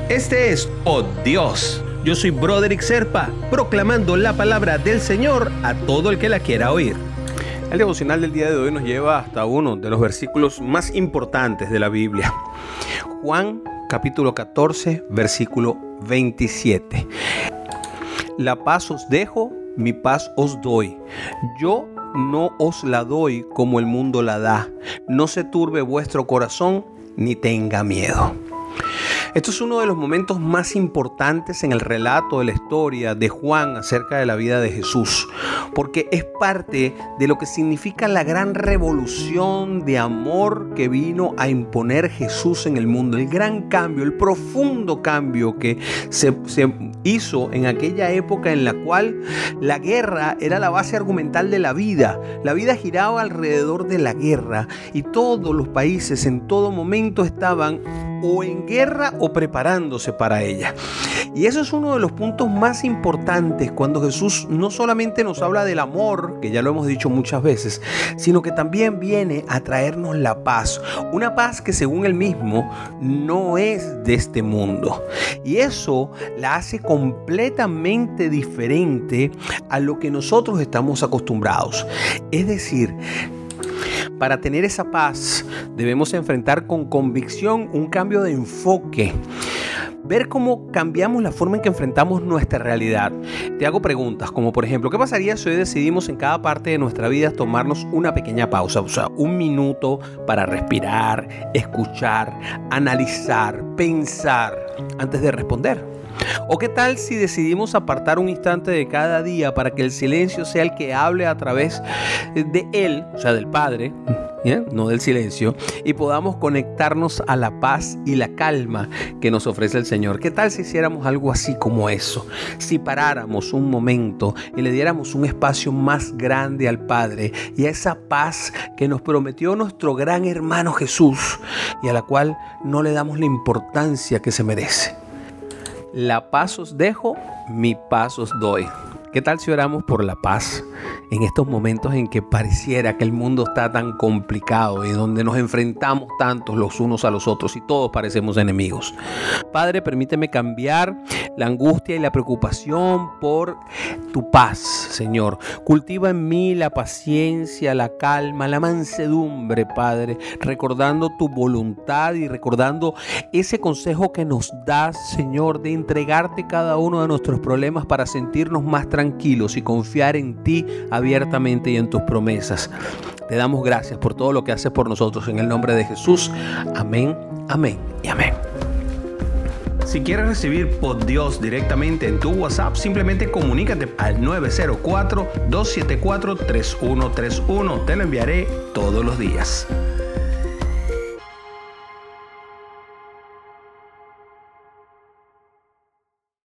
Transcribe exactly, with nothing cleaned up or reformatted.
Este es Oh Dios. Yo soy Broderick Serpa, proclamando la palabra del Señor a todo el que la quiera oír. El devocional del día de hoy nos lleva hasta uno de los versículos más importantes de la Biblia. Juan capítulo catorce, versículo veintisiete. La paz os dejo, mi paz os doy. Yo no os la doy como el mundo la da. No se turbe vuestro corazón ni tenga miedo. Esto es uno de los momentos más importantes en el relato de la historia de Juan acerca de la vida de Jesús, porque es parte de lo que significa la gran revolución de amor que vino a imponer Jesús en el mundo, el gran cambio, el profundo cambio que se, se hizo en aquella época en la cual la guerra era la base argumental de la vida. La vida giraba alrededor de la guerra y todos los países en todo momento estaban o en guerra o preparándose para ella. Y eso es uno de los puntos más importantes cuando Jesús no solamente nos habla del amor, que ya lo hemos dicho muchas veces, sino que también viene a traernos la paz. Una paz que según él mismo no es de este mundo. Y eso la hace completamente diferente a lo que nosotros estamos acostumbrados. Es decir, para tener esa paz debemos enfrentar con convicción un cambio de enfoque. Ver cómo cambiamos la forma en que enfrentamos nuestra realidad. Te hago preguntas como por ejemplo, ¿qué pasaría si hoy decidimos en cada parte de nuestra vida tomarnos una pequeña pausa? O sea, un minuto para respirar, escuchar, analizar, pensar antes de responder. ¿O qué tal si decidimos apartar un instante de cada día para que el silencio sea el que hable a través de Él, o sea, del Padre, ¿eh? no del silencio, y podamos conectarnos a la paz y la calma que nos ofrece el Señor? ¿Qué tal si hiciéramos algo así como eso? Si paráramos un momento y le diéramos un espacio más grande al Padre y a esa paz que nos prometió nuestro gran hermano Jesús y a la cual no le damos la importancia que se merece. La paz os dejo, mi paz os doy. ¿Qué tal si oramos por la paz en estos momentos en que pareciera que el mundo está tan complicado y donde nos enfrentamos tantos los unos a los otros y todos parecemos enemigos? Padre, permíteme cambiar la angustia y la preocupación por tu paz, Señor. Cultiva en mí la paciencia, la calma, la mansedumbre, Padre, recordando tu voluntad y recordando ese consejo que nos das, Señor, de entregarte cada uno de nuestros problemas para sentirnos más tranquilos tranquilos y confiar en ti abiertamente y en tus promesas. Te damos gracias por todo lo que haces por nosotros en el nombre de Jesús. Amén, amén y amén. Si quieres recibir por Dios directamente en tu WhatsApp, simplemente comunícate al nueve cero cuatro, dos siete cuatro, tres uno tres uno. Te lo enviaré todos los días.